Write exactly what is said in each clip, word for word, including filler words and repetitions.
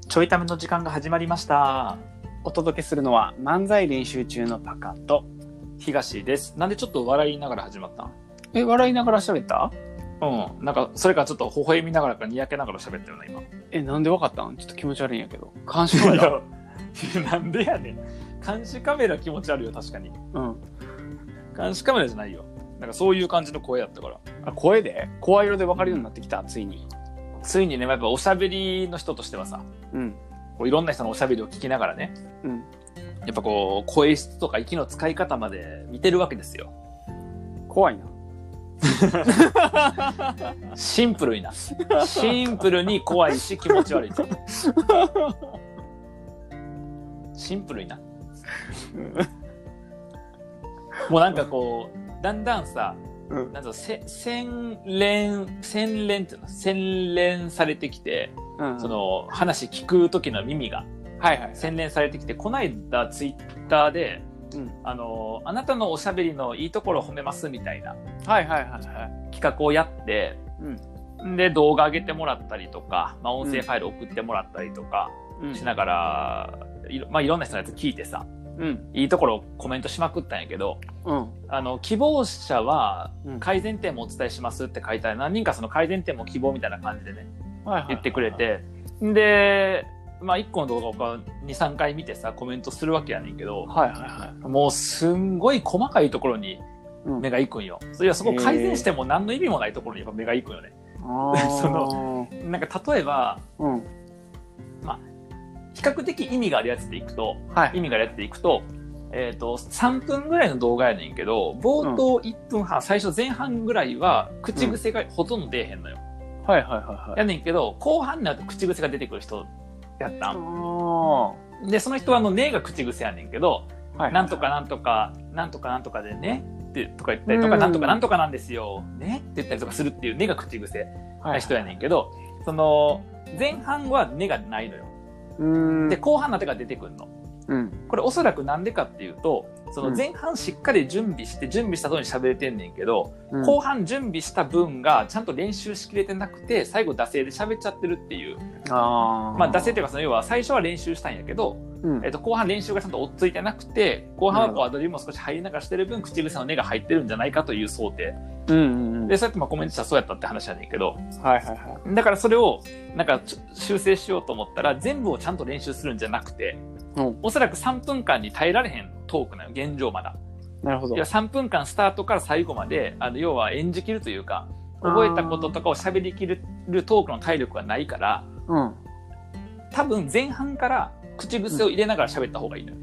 ちょいための時間が始まりました。 お届けするのは漫才練習中のパカと東です。なんでちょっと笑いながら始まったん？ え、笑いながら喋った？ うん。なんか、それからちょっと微笑みながらかにやけながら喋ったよな、今。 え、なんでわかったん？ちょっと気持ち悪いんやけど。監視カメラなんでやねん。監視カメラ気持ち悪いよ、確かに。 うん。 監視カメラじゃないよ。なんかそういう感じの声やったから。 あ、声で声色でわかるようになってきた、ついに。 ついにね、やっぱおしゃべりの人としてはさ、 うん。 こういろんな人のおしゃべりを聞きながらね、 うん。 やっぱこう、声質とか息の使い方まで見てるわけですよ。 怖いな。 シンプルにな。シンプルに怖いし気持ち悪い。シンプルにな。もうなんかこう、だんだんさ、うん、なんかせ洗練、洗練っていうの洗練されてきて、うんうん、その話聞く時の耳が、はいはいはい、洗練されてきて、こないだツイッターで、うん、あのあなたのおしゃべりのいいところを褒めますみたいな企画をやって、うん、で動画上げてもらったりとか、まあ、音声ファイル送ってもらったりとかしながら、うんいろまあ、いろんな人のやつ聞いてさ、うん、いいところをコメントしまくったんやけど、うん、あの希望者は改善点もお伝えしますって書いてある、何人かその改善点も希望みたいな感じでね、はいはいはいはい、言ってくれて、でまあ、いっこの動画をに、さんかい見てさ、コメントするわけやねんけど、はいはいはい、もうすんごい細かいところに目が行くんよ。うん、それはそこ改善しても何の意味もないところにやっぱ目が行くよね。そのなんか例えば、うん、まあ、比較的意味があるやつでいくと、はい、意味があるやつでいくと、えっと、さんぷんぐらいの動画やねんけど、冒頭いっぷんはん、うん、最初前半ぐらいは口癖がほとんど出えへんのよ。うん、はいはいはいはい。やねんけど、後半になると口癖が出てくる人、やったんで、その人はあのねが口癖やねんけど、はい、なんとかなんとかなんとかなんとかでねってとか言ったりとか、なんとかなんとかなんですよねって言ったりとかするっていうねが口癖な人やねんけど、はいはい、その前半はねがないのよ。うーんで後半になってから出てくるの。うん、これおそらくなんでかっていうと、その前半しっかり準備して準備した通りに喋れてんねんけど、うん、後半準備した分がちゃんと練習しきれてなくて最後惰性で喋っちゃってるっていう。あまあ惰性っていうか、その要は最初は練習したんやけど、うん、えっと後半練習がちゃんと追っついてなくて、後半はこうアドリブも少し入りながらしてる分口癖の根が入ってるんじゃないかという想定。うんうんうん、でそうやってまあコメントしたらそうやったって話やねんけど、はいはいはい、だからそれをなんか修正しようと思ったら全部をちゃんと練習するんじゃなくて、うん、おそらくさんぷんかんに耐えられへんトークなの、現状まだ。なるほど。いやさんぷんかんスタートから最後まで、あの要は演じきるというか、覚えたこととかを喋りきるトークの体力がないから、うん、多分前半から口癖を入れながら喋った方がいいのよ。うん、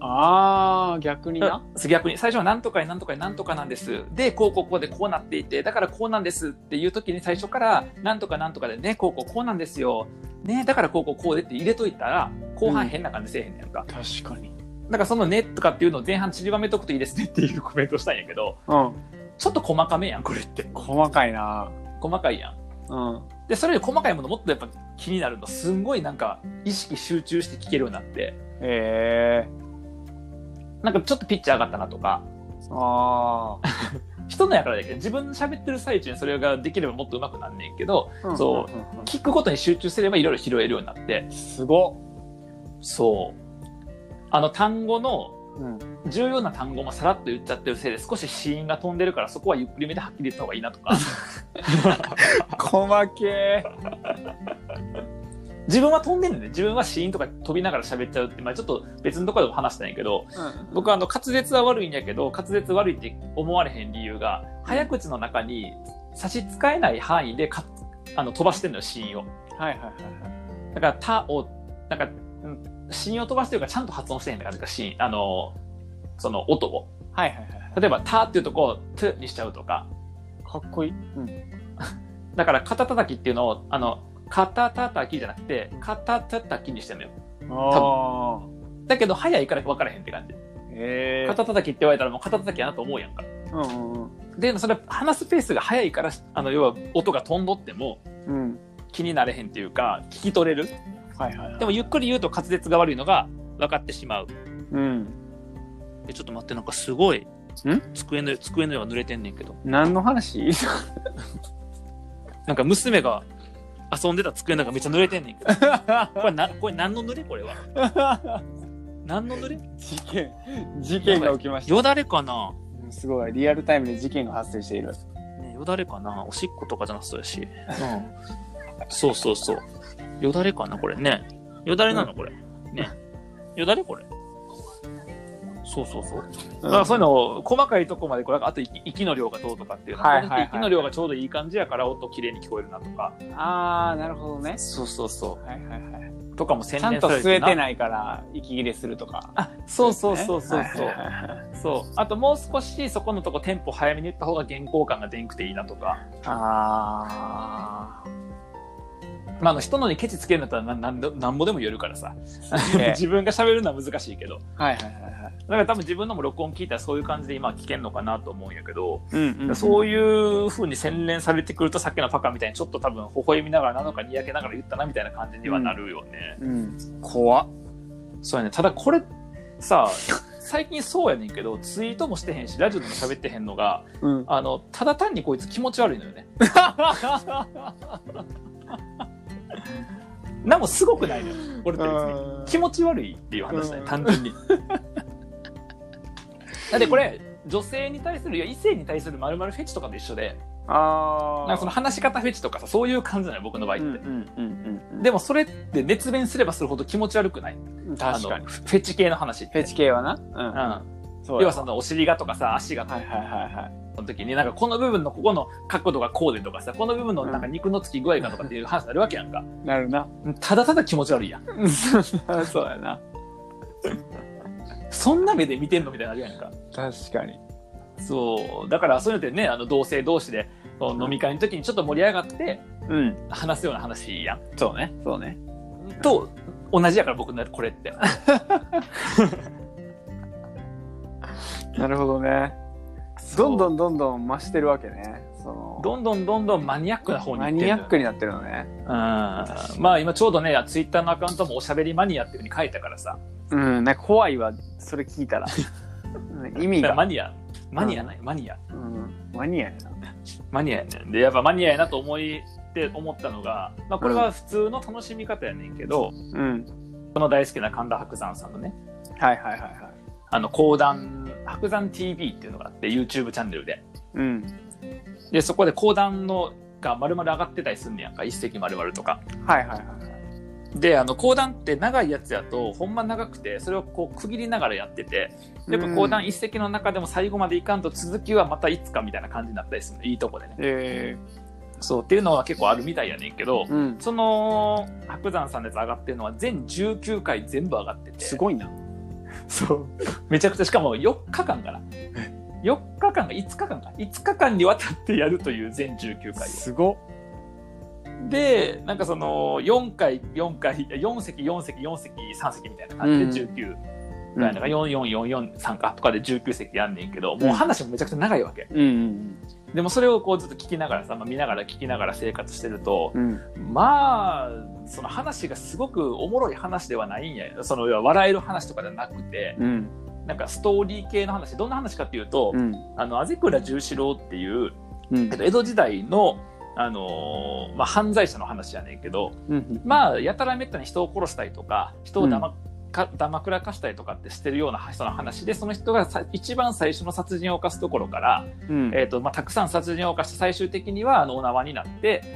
あー、逆にな。逆に最初はなんとかなんとかなんとかなんです。で、こうこうこうでこうなっていて、だからこうなんですっていう時に最初からなんとかなんとかでね、こうこうこうなんですよ。ね、だからこうこうこうでって入れといたら後半変な感じせえへんねやんか、うん、確かに。だからそのねとかっていうのを前半散りばめとくといいですねっていうコメントしたんやけど、うん、ちょっと細かめやんこれって。細かいな。細かいやん。うん。でそれより細かいものもっとやっぱ気になるの、すんごいなんか意識集中して聞けるようになって、へー、なんかちょっとピッチ上がったなとか、あ人のやからだけど、自分の喋ってる最中にそれができればもっと上手くなんねんけど、うん、そう、うんうんうん、聞くことに集中すればいろいろ拾えるようになって。すごっ。そう。あの単語の、うん、重要な単語もさらっと言っちゃってるせいで少し子音が飛んでるから、そこはゆっくりめではっきり言った方がいいなとか。細けー。自分は飛んでるんで、自分は子音とか飛びながら喋っちゃうって、まあちょっと別のところでも話したんやけど、うん、僕はあの滑舌は悪いんやけど、滑舌悪いって思われへん理由が、早口の中に差し支えない範囲でかあの飛ばしてるのよ、子音を。はいはいはいはい。だから、たを、なんか、子音を飛ばしてるからちゃんと発音してへんって感じか、子音、あの、その音を。はいはいはい。例えば、たっていうとこを、とにしちゃうとか。かっこいい。うん。だから、肩叩きっていうのを、あの、肩叩きじゃなくて、肩叩きにしてんのよ。ああ。だけど、早いから分からへんって感じ。へー。肩叩きって言われたらもう肩叩きやなと思うやんか。うんうんうん。で、それ、話すペースが早いから、あの、要は音が飛んどっても、うん、気になれへんっていうか、聞き取れる。はいはいはい。でも、ゆっくり言うと滑舌が悪いのが分かってしまう。うん。で、ちょっと待って、なんかすごい、ん机の、机の上が濡れてんねんけど。何の話なんか娘が、 遊んでた机の中めっちゃ濡れてんねんけどこれなこれ何の濡れこれは何の濡れ事件事件が起きました。 よだれかな。 すごいリアルタイムで事件が発生している、 ね、よだれかな。おしっことかじゃなさそうやし、うん、そうそうそうよだれかなこれね。よだれなのこれ、うん、ねよだれこれ。そうそうそう。だからそういうの細かいとこまでこれあと息の量がどうとかっていうのは、はいはいはい、息の量がちょうどいい感じやから音きれいに聞こえるなとか。 ああなるほどね。 そうそうそう。 はいはいはい。 とかも洗練されてな。ちゃんと吸えてないから息切れするとか。 あそうそうそうそうそう。そう。あともう少しそこのとこテンポ早めに言った方が原稿感が出んくていいなとか。ああ。まあ、あの人のにケチつけるんだったら何なんぼでも言えるからさ自分が喋るのは難しいけど、はいはいはいはい、だから多分自分のも録音聞いたらそういう感じで今聞けるのかなと思うんやけど、うんうんうん、そういう風に洗練されてくるとさっきのパカみたいにちょっと多分微笑みながらなのかにやけながら言ったなみたいな感じにはなるよね、うんうん、怖っ。そうやね。ただこれさ最近そうやねんけどツイートもしてへんしラジオでも喋ってへんのが、うん、あのただ単にこいつ気持ち悪いのよねなんもすごくないのよ俺って別に気持ち悪いっていう話だね単純にだってこれ女性に対するいや異性に対する〇〇フェチとかと一緒で、あなんかその話し方フェチとかさそういう感じなのよ僕の場合って、うんうんうんうん、でもそれって熱弁すればするほど気持ち悪くない？確かにフェチ系の話って。 フェチ系はな、 うんうん、そう要はそのお尻がとかさ足がとか、はいはいはいはい、その時になんかこの部分のここの角度がこうでとかさこの部分のなんか肉のつき具合がとかっていう話になるわけやんか、うん、 なるな。 ただただ気持ち悪いやんそうやなそんな目で見てんのみたいになるやんか。 確かにそうだからそういうのってねあの同性同士で飲み会の時にちょっと盛り上がって話すような話やん、 うん、そうねそうねと同じやから僕のこれってなるほどね。どんどんどんどん増してるわけね。そのどんどんどんどんマニアックな方にマニアックになってるのね。 うんまあ今ちょうどねツイッターのアカウントもおしゃべりマニアっていう風に書いたからさ、 うんなんか怖いわそれ聞いたら意味がマニアマニアない、うん、マニア、 うん、マニアやなマニアやねんでやっぱマニアやなと思いって思ったのが、まあ、これは普通の楽しみ方やねんけど、うん、この大好きな神田伯山さんのねはいはいはいはいあの講談伯山 ティーブイ っていうのがあって YouTube チャンネルで、うん、でそこで講談のが丸々上がってたりすんねやんか一席丸々とかはいはいはいであの講談って長いやつやとほんま長くてそれをこう区切りながらやっててやっぱ講談一席の中でも最後までいかんと続きはまたいつかみたいな感じになったりするのいいとこでね、えー、そうっていうのは結構あるみたいやねんけど、うん、その伯山さんのやつ上がってるのは全じゅうきゅうかい全部上がっててすごいなそうめちゃくちゃしかもよっかかんかなよっかかんがいつかかんかいつかかんにわたってやるという全じゅうきゅうかいをすごっでなんかそのよんかいよんかいよん席よん席よん席さん席みたいな感じでじゅうきゅうぐらい、うん、なんかよんよんよんよんさんかとかでじゅうきゅう席やんねんけど、うん、もう話もめちゃくちゃ長いわけ、うんうん、でもそれをこうずっと聞きながらさ、まあ、見ながら聞きながら生活してると、うん、まあその話がすごくおもろい話ではないんやその笑える話とかじゃなくて、うん、なんかストーリー系の話どんな話かっていうと、うん、あの畔倉十四郎っていう、うん、江戸時代のあのーまあ、犯罪者の話やねんけど、うん、まあやたらめったに人を殺したりとか人をだま、うん、かだまくらかしたりとかってしてるような人の話でその人がさ一番最初の殺人を犯すところから、うんえーとまあ、たくさん殺人を犯して最終的にはあのお縄になって、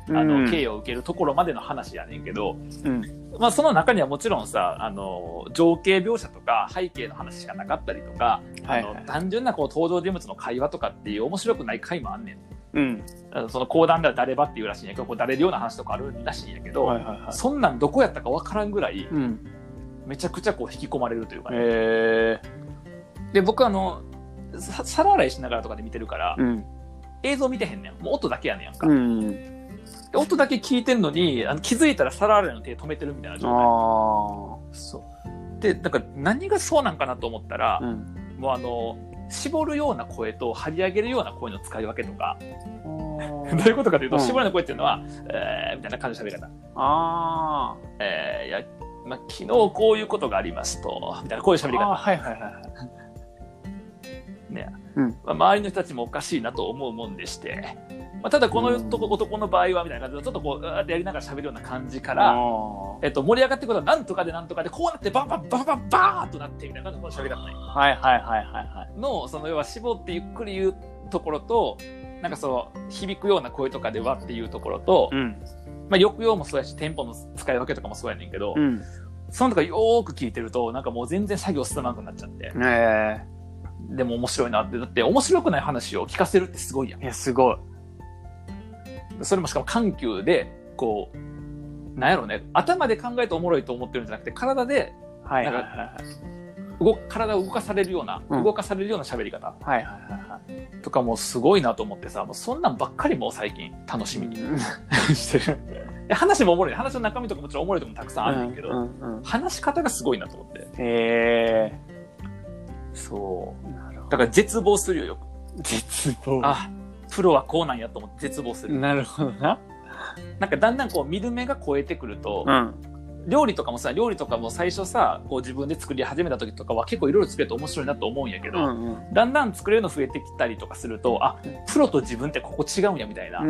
うん、あの刑を受けるところまでの話やねんけど、うんまあ、その中にはもちろんさあの情景描写とか背景の話しかなかったりとか、はいはい、あの単純なこう登場人物の会話とかっていう面白くない回もあんねん。うん、その講談では誰ばっていうらしいんやけどこう誰るような話とかあるらしいんやけど、はいはいはい、そんなんどこやったか分からんぐらい、うん、めちゃくちゃこう引き込まれるというかね、えー、で僕あの皿洗いしながらとかで見てるから、うん、映像見てへんねんもう音だけやねんやんか、うん、で音だけ聞いてんのにあの気づいたら皿洗いの手止めてるみたいな状態あそうでなんか何がそうなんかなと思ったら、うん、もうあの絞るような声と張り上げるような声の使い分けとかどういうことかというと、うん、絞るような声っていうのは、えー、みたいな感じの喋り方あ、えーいやまあ、昨日こういうことがありますとみたいなこういう喋り方はいはいはいねうんまあ、周りの人たちもおかしいなと思うもんでしてまあ、ただこの男の場合はみたいな感じでちょっとこううーってやりながら喋るような感じから、えっと、盛り上がっていくことはなんとかでなんとかでこうなってバンバンバンバンバーンとなってみたいな感じの喋り方ない。 はいはいはいはいはい。 のその要は絞ってゆっくり言うところとなんかその響くような声とかでわっていうところと、うん、まあ、抑揚もそうやしテンポの使い分けとかもそうやねんけど、うん、そのとかよーく聞いてるとなんかもう全然作業進まなくなっちゃって、えー、でも面白いなって。だって面白くない話を聞かせるってすごいやん。 いやすごい。 それもしかも緩急でこうなんやろうね、頭で考えておもろいと思ってるんじゃなくて体でなんか、はいはいはい、動体を動かされるような、うん、動かされるような喋り方、はいはいはいはい、とかもすごいなと思ってさ、もうそんなんばっかりもう最近楽しみにしてる。話もおもろい、話の中身とかもちろんおもろいとこもたくさんあるんだけど、うんうんうん、話し方がすごいなと思って。へー、そうだから絶望するよ、よく。 絶望。 あ、プロはこうなんやと思って絶望する。 なるほどな。 なんかだんだんこう見る目が超えてくると、うん、料理とかもさ、料理とかも最初さ、こう自分で作り始めた時とかは結構いろいろ作れて面白いなと思うんやけど、うんうん、だんだん作れるの増えてきたりとかすると、あ、プロと自分ってここ違うんやみたいな、うん、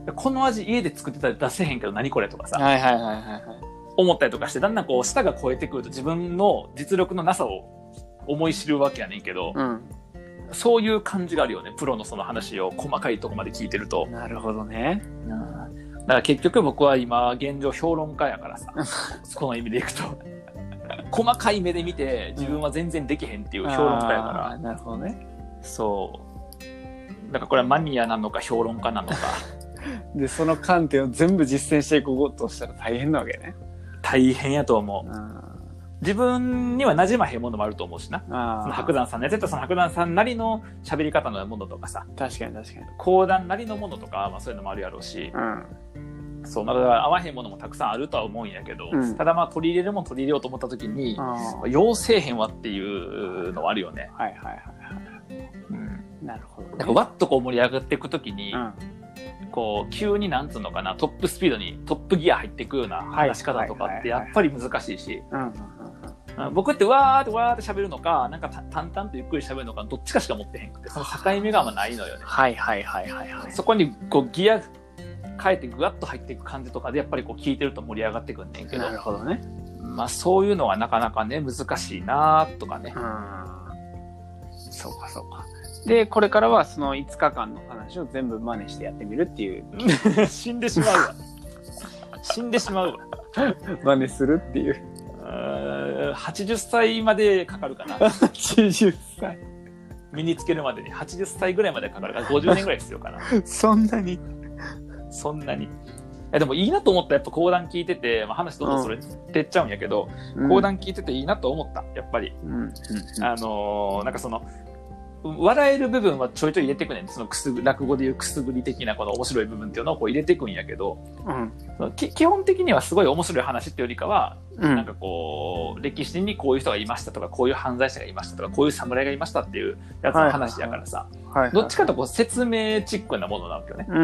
この味家で作ってたら出せへんけど何これとかさ、はいはいはいはい、思ったりとかして、だんだんこう舌が超えてくると自分の実力のなさを思い知るわけやねんけど、うん、そういう感じがあるよね、プロのその話を細かいとこまで聞いてると。 なるほどね。 うん、だから結局僕は今現状評論家やからさこの意味でいくと細かい目で見て自分は全然できへんっていう評論家やから、 うん、なるほどね。 そうだからこれはマニアなのか評論家なのかでその観点を全部実践していこうとしたら大変なわけね。 大変やと思う、うん、自分には馴染まへんものもあると思うしな。その白山さんね、絶対その白山さんなりの喋り方のものとかさ、 確かに確かに講談なりのものとか、まあ、そういうのもあるやろうし、うん、そうまだ合わへんものもたくさんあるとは思うんやけど、うん、ただまあ取り入れるもん取り入れようと思った時に要せえへんわっていうのはあるよね。はいはいはいはい、うん、なるほど、ね、なんかわっとこう盛り上がっていく時に、うん、こう急になんつうのかな、トップスピードにトップギア入っていくような話し方とかってやっぱり難しいし、僕ってわーってわーって喋るのか、なんか淡々とゆっくり喋るのか、どっちかしか持ってへんくて、その境目があんまないのよね。はいはいはいはいはい。そこにこうギア変えてぐわっと入っていく感じとかでやっぱりこう聞いてると盛り上がってくんねんけど。 なるほどね。 まあそういうのはなかなかね難しいなとかね。うん。 そうかそうか。でこれからはそのいつかかんの話を全部真似してやってみるっていう。 死んでしまうわ。死んでしまうわ。 真似するっていう。 はちじゅっさいまでかかるかな。 はちじゅっさい身につけるまでにはちじゅっさいぐらいまでかかるからごじゅうねんぐらい必要かな。 そんなにそんなに。でもいいなと思った。やっぱ講談聞いてて、まあ、話どんどんそれてっちゃうんやけど、うん、講談聞いてていいなと思ったやっぱり、うんうんうん、あのー、なんかその笑える部分はちょいちょい入れていくねん。そのくすぐ落語でいうくすぐり的なこの面白い部分っていうのをこう入れていくんやけど、うん、き基本的にはすごい面白い話っていうよりかは、うん、なんかこう歴史にこういう人がいましたとか、こういう犯罪者がいましたとか、こういう侍がいましたっていうやつの話やからさ、はいはいはい、どっちかとこう説明チックなものなわけよね、うん、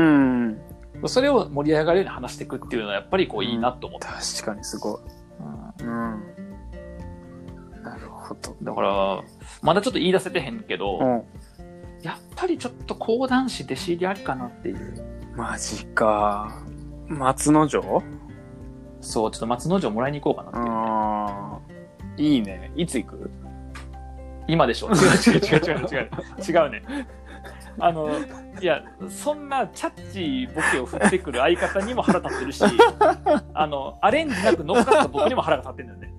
それを盛り上がるように話していくっていうのはやっぱりこういいなと思って、うん、 確かにすごい、うんうん、なるほど。 だからまだちょっと言い出せてへんけど、うん、やっぱりちょっと講談師弟子入りありかなっていう。 マジか。松之丞？ そう、ちょっと松之丞もらいに行こうかなっていう、ね。あー、いいね。いつ行く？ 今でしょ。違う違う違う違う違う違うね。あのいや、そんなチャッチーボケを振ってくる相方にも腹立ってるし、あのアレンジなく乗っかった僕にも腹が立ってるんだよね。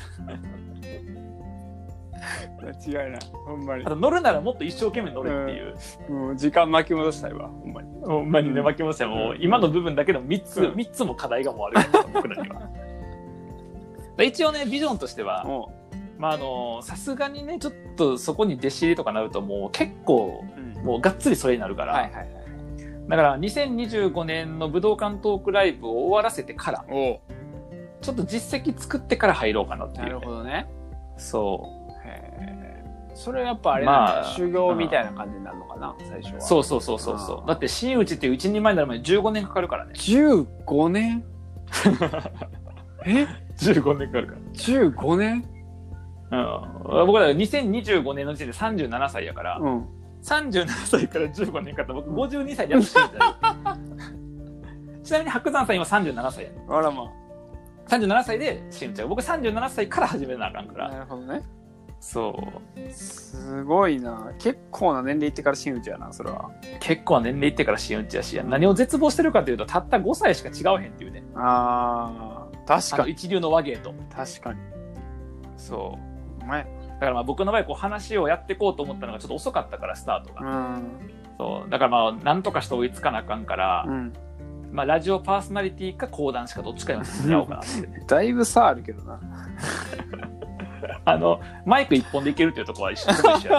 間違いない、ほんまに。 あと乗るならもっと一生懸命乗るっていう、 うん、もう時間巻き戻したいわ、ほんまに。 ほんまにね、巻き戻したい。もう今の部分だけでもみっつ、うん、みっつも課題がもうあるから僕らには。一応ね、ビジョンとしては、まああのさすがにね、ちょっとそこに弟子入りとかなるともう結構、うん、もうがっつりそれになるから、はいはいはい、だからにせんにじゅうごねんの武道館トークライブを終わらせてから、おちょっと実績作ってから入ろうかなっていう、ね。 なるほどね。 そう。 それやっぱあれ、まあ、修行みたいな感じになるのかな、うん、最初は。 そうそうそうそうそう。だって真打ちっていう一人前になるまでじゅうごねんかかるからね。 じゅうごねんえじゅうごねんかかるから。 じゅうごねん、 うん。僕らにせんにじゅうごねんの時点でさんじゅうななさいやから、うん、 さんじゅうななさいからじゅうごねんかった僕ごじゅうにさいでやっと真打ちだよちなみに白山さん今さんじゅうななさいやねあらまあさんじゅうななさいで真打ちや僕さんじゅうななさいから始めなあかんからなるほどねそうすごいな結構な年齢いってから真打ちやなそれは結構年齢いってから真打ちやし、うん、何を絶望してるかというとたったごさいしか違うへんっていうねあー確かに一流の和芸と確かにそうお前だからまあ僕の場合こう話をやっていこうと思ったのがちょっと遅かったからスタートが、 うん、 そうだからまあなんとかして追いつかなあかんから、うんまあ、ラジオパーソナリティか講談しかどっちかに進めようかなって、ね、 だいぶ差あるけどなあのマイク一本でいけるっていうところは一緒一緒や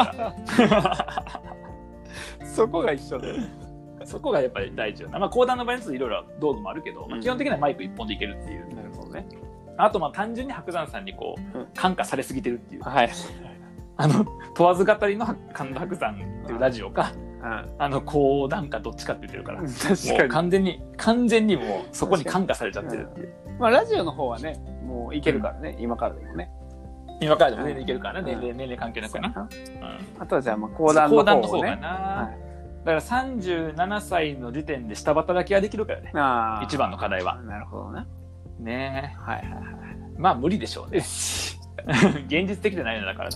からそこが一緒でそこがやっぱり大事よな、まあ、講談の場合にいろいろ道具もあるけど、まあ、基本的にはマイク一本でいけるっていう、 うん、なるほどねあとまあ単純に白山さんにこう、うん、感化されすぎてるっていう、 はい、 あの問わず語りの神田白山っていうラジオか、うん、あの講談かどっちかって言ってるから確かに完全に完全にもうそこに感化されちゃってるっていう、 うん、まあラジオの方はねもういけるからね、うん、今からでもね今からでも全然いけるからね、うん、年齢年齢関係なくな、うん、 あとはじゃあまあ講談の方、ね、 講談の方がな、はい、だからさんじゅうななさいの時点で下働きはできるからねあ一番の課題はなるほどねねえはいはいはいまあ無理でしょうね現実的じゃないのだから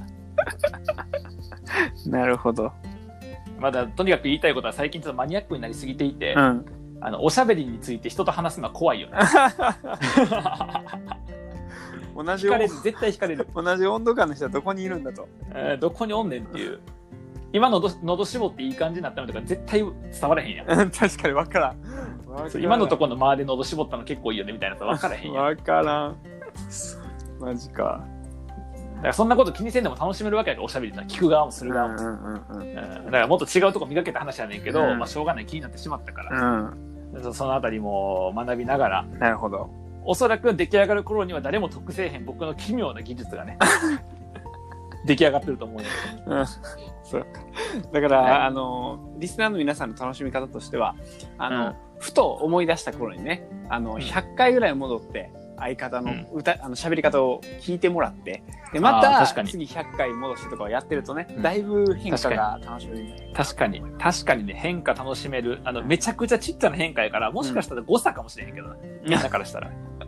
ななるほどまだとにかく言いたいことは最近ちょっとマニアックになりすぎていて、うん、あのおしゃべりについて人と話すのは怖いよね同じ惹かれる絶対惹かれる同じ温度感の人はどこにいるんだと、 えー、どこにおんねんっていう今のど喉絞っていい感じになったのとか絶対伝わらへんやん確かに分からん今のところの周りで喉絞ったの結構いいよねみたいなの分からへんやん分からんマジかだからそんなこと気にせんでも楽しめるわけやからおしゃべりって聞く側もする側も、うんうんうんうん、だからもっと違うとこ磨けた話やねんけど、うんまあ、しょうがない気になってしまったから、うん、そのあたりも学びながらなるほどおそらく出来上がる頃には誰も得せえへん僕の奇妙な技術がね出来上がってると思うよ、 うん、そうだから、はい、あのリスナーの皆さんの楽しみ方としてはあの、うん、ふと思い出した頃にねあのひゃっかいぐらい戻って相方の歌、うん、あの喋り方を聞いてもらってでまた次ひゃっかい戻してとかをやってるとね、うん、だいぶ変化が楽しめるんじゃないかな確かに確かにね変化楽しめるあのめちゃくちゃちっちゃな変化やからもしかしたら誤差かもしれへんけど、ねうん、みんなからしたら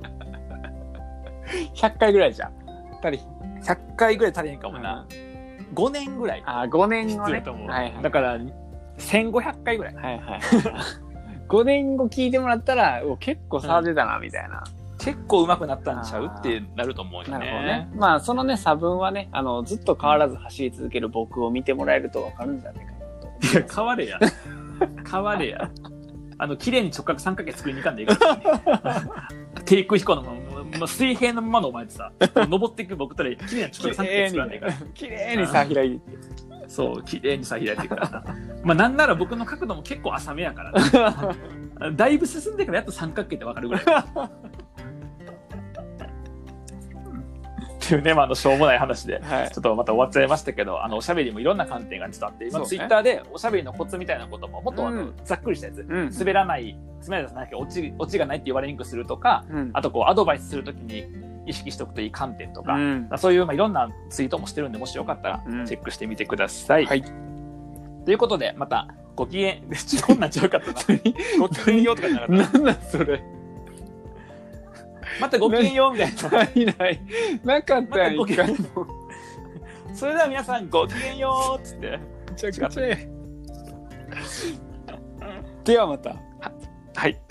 ひゃっかいぐらいじゃんひゃっかいぐらい足りへんかもな、うん、ごねんぐらいあごねんごねと思う、はいはい、だからせんごひゃっかいぐらい、 はいはい、ごねんご聞いてもらったら結構差出たなみたいな、 うん、結構上手くなったんちゃうってなると思うよね。なるほどね。 まあそのね差分はねあのずっと変わらず走り続ける僕を見てもらえると分かるんじゃないかなと。 いや変われや変われやあの綺麗に直角三角形作りに行かんでいいから、ね、低空飛行のまあ、水平のままのお前ってさ登っていく僕とで綺麗な直角三角形作らんでいいから綺麗にさ開いてそう綺麗にさ開いていくからなまあなんなら僕の角度も結構浅めやからねだいぶ進んでからやっと三角形って分かるぐらいっていうね、まあ、あのしょうもない話で、はい、ちょっとまた終わっちゃいましたけどあのおしゃべりもいろんな観点がちょっとあって今、ね、ツイッターでおしゃべりのコツみたいなことももっとあの、うん、ざっくりしたやつ、うん、滑らない滑らないオチオチがないって言われにくくするとか、うん、あとこうアドバイスするときに意識しておくといい観点とか、うん、そういう、まあ、いろんなツイートもしてるんでもしよかったらチェックしてみてください、うんはい、ということでまたご機嫌こんなんちゃうかったなご機嫌ようとかじゃなかったなんだそれまたごきげんようみたいな。 ないない。なかったやん、 一回も。それでは皆さんごきげんようっつって。 めちゃくちゃええ。ではまた。 はい。